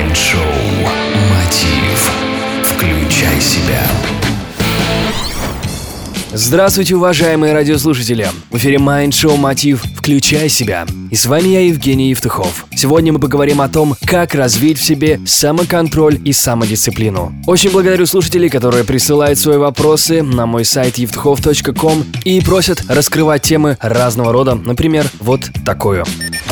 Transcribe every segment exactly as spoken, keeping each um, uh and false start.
Майнд-шоу «Мотив». Включай себя. Здравствуйте, уважаемые радиослушатели! В эфире Майнд-шоу «Мотив. Включай себя». И с вами я, Евгений Евтухов. Сегодня мы поговорим о том, как развить в себе самоконтроль и самодисциплину. Очень благодарю слушателей, которые присылают свои вопросы на мой сайт евтухов точка ком и просят раскрывать темы разного рода, например, вот такую.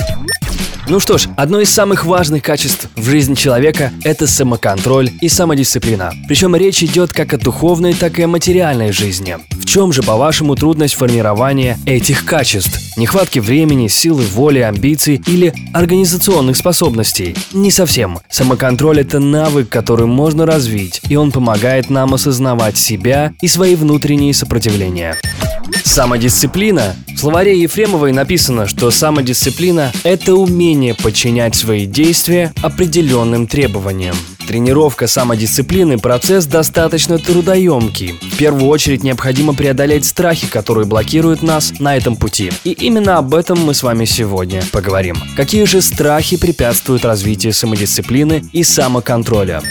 Ну что ж, одно из самых важных качеств в жизни человека – это самоконтроль и самодисциплина. Причем речь идет как о духовной, так и о материальной жизни. В чем же, по-вашему, трудность формирования этих качеств? Нехватки времени, силы воли, амбиций или организационных способностей? Не совсем. Самоконтроль – это навык, который можно развить, и он помогает нам осознавать себя и свои внутренние сопротивления. Самодисциплина. В словаре Ефремовой написано, что самодисциплина – это умение подчинять свои действия определенным требованиям. Тренировка самодисциплины – процесс достаточно трудоемкий. В первую очередь необходимо преодолеть страхи, которые блокируют нас на этом пути. И именно об этом мы с вами сегодня поговорим. Какие же страхи препятствуют развитию самодисциплины и самоконтроля?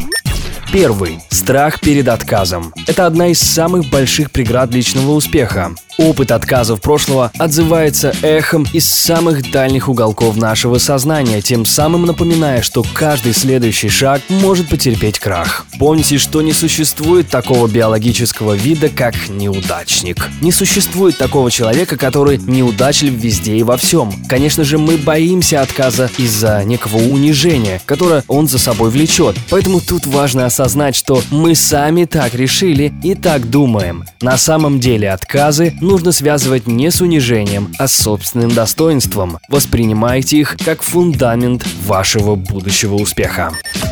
Первый. Страх перед отказом. Это одна из самых больших преград личного успеха. Опыт отказов прошлого отзывается эхом из самых дальних уголков нашего сознания, тем самым напоминая, что каждый следующий шаг может потерпеть крах. Помните, что не существует такого биологического вида, как неудачник. Не существует такого человека, который неудачлив везде и во всем. Конечно же, мы боимся отказа из-за некого унижения, которое он за собой влечет. Поэтому тут важно осознать, что мы сами так решили и так думаем. На самом деле отказы нужно связывать не с унижением, а с собственным достоинством. Воспринимайте их как фундамент вашего будущего успеха.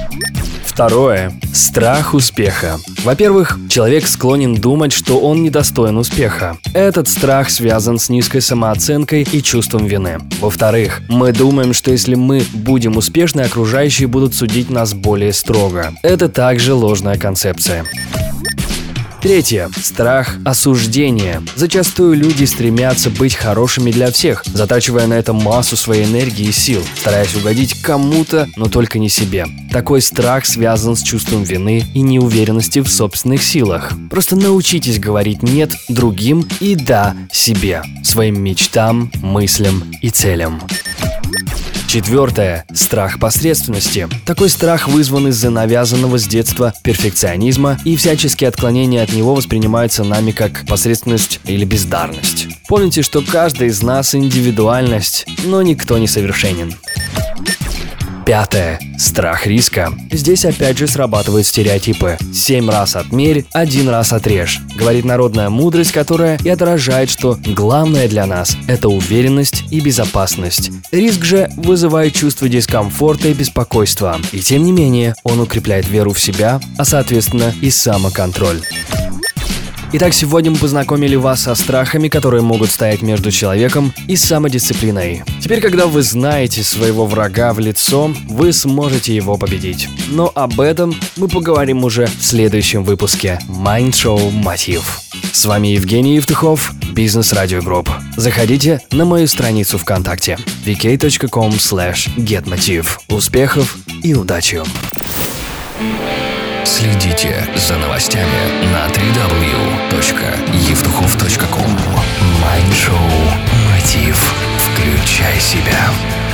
Второе. Страх успеха. Во-первых, человек склонен думать, что он недостоин успеха. Этот страх связан с низкой самооценкой и чувством вины. Во-вторых, мы думаем, что если мы будем успешны, окружающие будут судить нас более строго. Это также ложная концепция. Третье. Страх осуждения. Зачастую люди стремятся быть хорошими для всех, затрачивая на это массу своей энергии и сил, стараясь угодить кому-то, но только не себе. Такой страх связан с чувством вины и неуверенности в собственных силах. Просто научитесь говорить «нет» другим и «да» себе, своим мечтам, мыслям и целям. Четвертое. Страх посредственности. Такой страх вызван из-за навязанного с детства перфекционизма, и всяческие отклонения от него воспринимаются нами как посредственность или бездарность. Помните, что каждый из нас индивидуальность, но никто не совершенен. Пятое. Страх риска. Здесь опять же срабатывают стереотипы. Семь раз отмерь, один раз отрежь. Говорит народная мудрость, которая и отражает, что главное для нас – это уверенность и безопасность. Риск же вызывает чувство дискомфорта и беспокойства. И тем не менее, он укрепляет веру в себя, а соответственно и самоконтроль. Итак, сегодня мы познакомили вас со страхами, которые могут стоять между человеком и самодисциплиной. Теперь, когда вы знаете своего врага в лицо, вы сможете его победить. Но об этом мы поговорим уже в следующем выпуске Майнд-шоу «Мотив». С вами Евгений Евтухов, Бизнес Радио Групп. Заходите на мою страницу ВКонтакте ви кей точка ком слэш гет мотив. Успехов и удачи! Следите за новостями на дабл ю дабл ю дабл ю точка евтухов точка ком. Майнд-шоу «Мотив». Включай себя.